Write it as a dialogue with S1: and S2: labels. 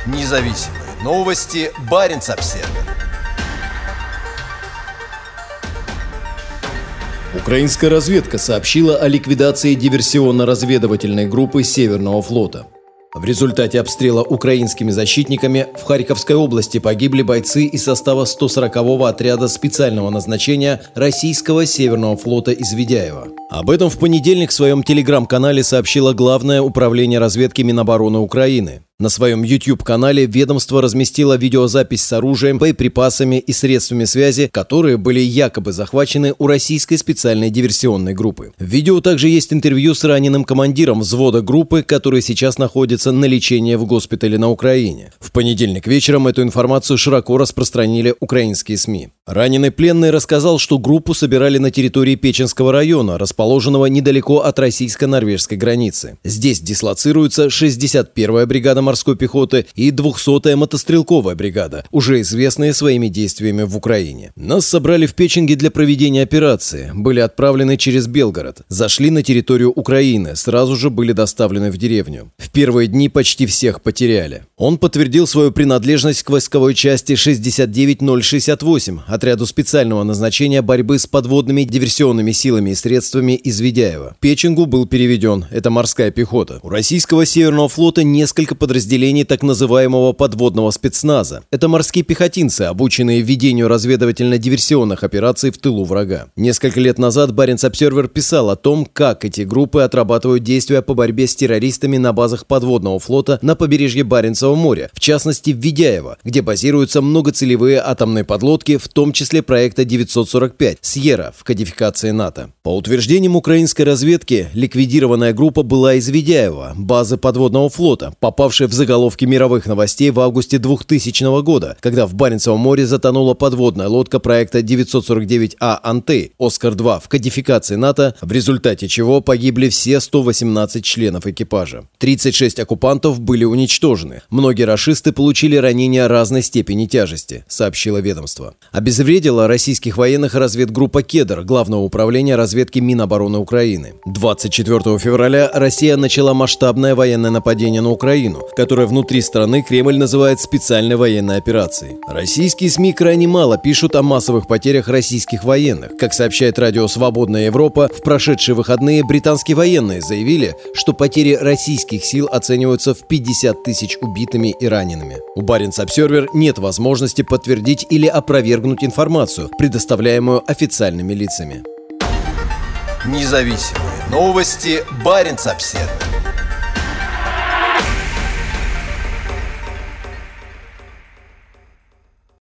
S1: Независимые новости. Баренц-Обсервер.
S2: Украинская разведка сообщила о ликвидации диверсионно-разведывательной группы Северного флота. В результате обстрела украинскими защитниками в Харьковской области погибли бойцы из состава 140-го отряда специального назначения российского Северного флота из Ведяева. Об этом в понедельник в своем телеграм-канале сообщило Главное управление разведки Минобороны Украины. На своем YouTube-канале ведомство разместило видеозапись с оружием, боеприпасами и средствами связи, которые были якобы захвачены у российской специальной диверсионной группы. В видео также есть интервью с раненым командиром взвода группы, который сейчас находится на лечении в госпитале на Украине. В понедельник вечером эту информацию широко распространили украинские СМИ. Раненый пленный рассказал, что группу собирали на территории Печенского района, расположенного недалеко от российско-норвежской границы. Здесь дислоцируется 61-я бригада морской пехоты и 200-я мотострелковая бригада, уже известные своими действиями в Украине. Нас собрали в Печенге для проведения операции, были отправлены через Белгород, зашли на территорию Украины, сразу же были доставлены в деревню. В первые дни почти всех потеряли. Он подтвердил свою принадлежность к войсковой части 69068, отряду специального назначения борьбы с подводными диверсионными силами и средствами из Ведяева. Печенгу был переведен, это морская пехота. У российского Северного флота несколько подразделений так называемого подводного спецназа. Это морские пехотинцы, обученные ведению разведывательно-диверсионных операций в тылу врага. Несколько лет назад Баренц-Обсервер писал о том, как эти группы отрабатывают действия по борьбе с террористами на базах подводного флота на побережье Баренцева моря, в частности в Ведяево, где базируются многоцелевые атомные подлодки, в том числе проекта 945 «Сьерра» в кодификации НАТО. По утверждениям украинской разведки, ликвидированная группа была из Ведяева, базы подводного флота, попавшей в заголовки мировых новостей в августе 2000 года, когда в Баренцевом море затонула подводная лодка проекта 949А «Антей» «Оскар-2» в кодификации НАТО, в результате чего погибли все 118 членов экипажа. 36 оккупантов были уничтожены. Многие рашисты получили ранения разной степени тяжести, сообщило ведомство. Обезвредила российских военных разведгруппа «Кедр» Главного управления разведки Минобороны Украины. 24 февраля Россия начала масштабное военное нападение на Украину, которое внутри страны Кремль называет специальной военной операцией. Российские СМИ крайне мало пишут о массовых потерях российских военных. Как сообщает радио «Свободная Европа», в прошедшие выходные британские военные заявили, что потери российских сил оцениваются в 50 тысяч убитыми и ранеными. У Баренц-Обсервер нет возможности подтвердить или опровергнуть информацию, предоставляемую официальными лицами.
S1: Независимые новости. Баренц-Обсервер.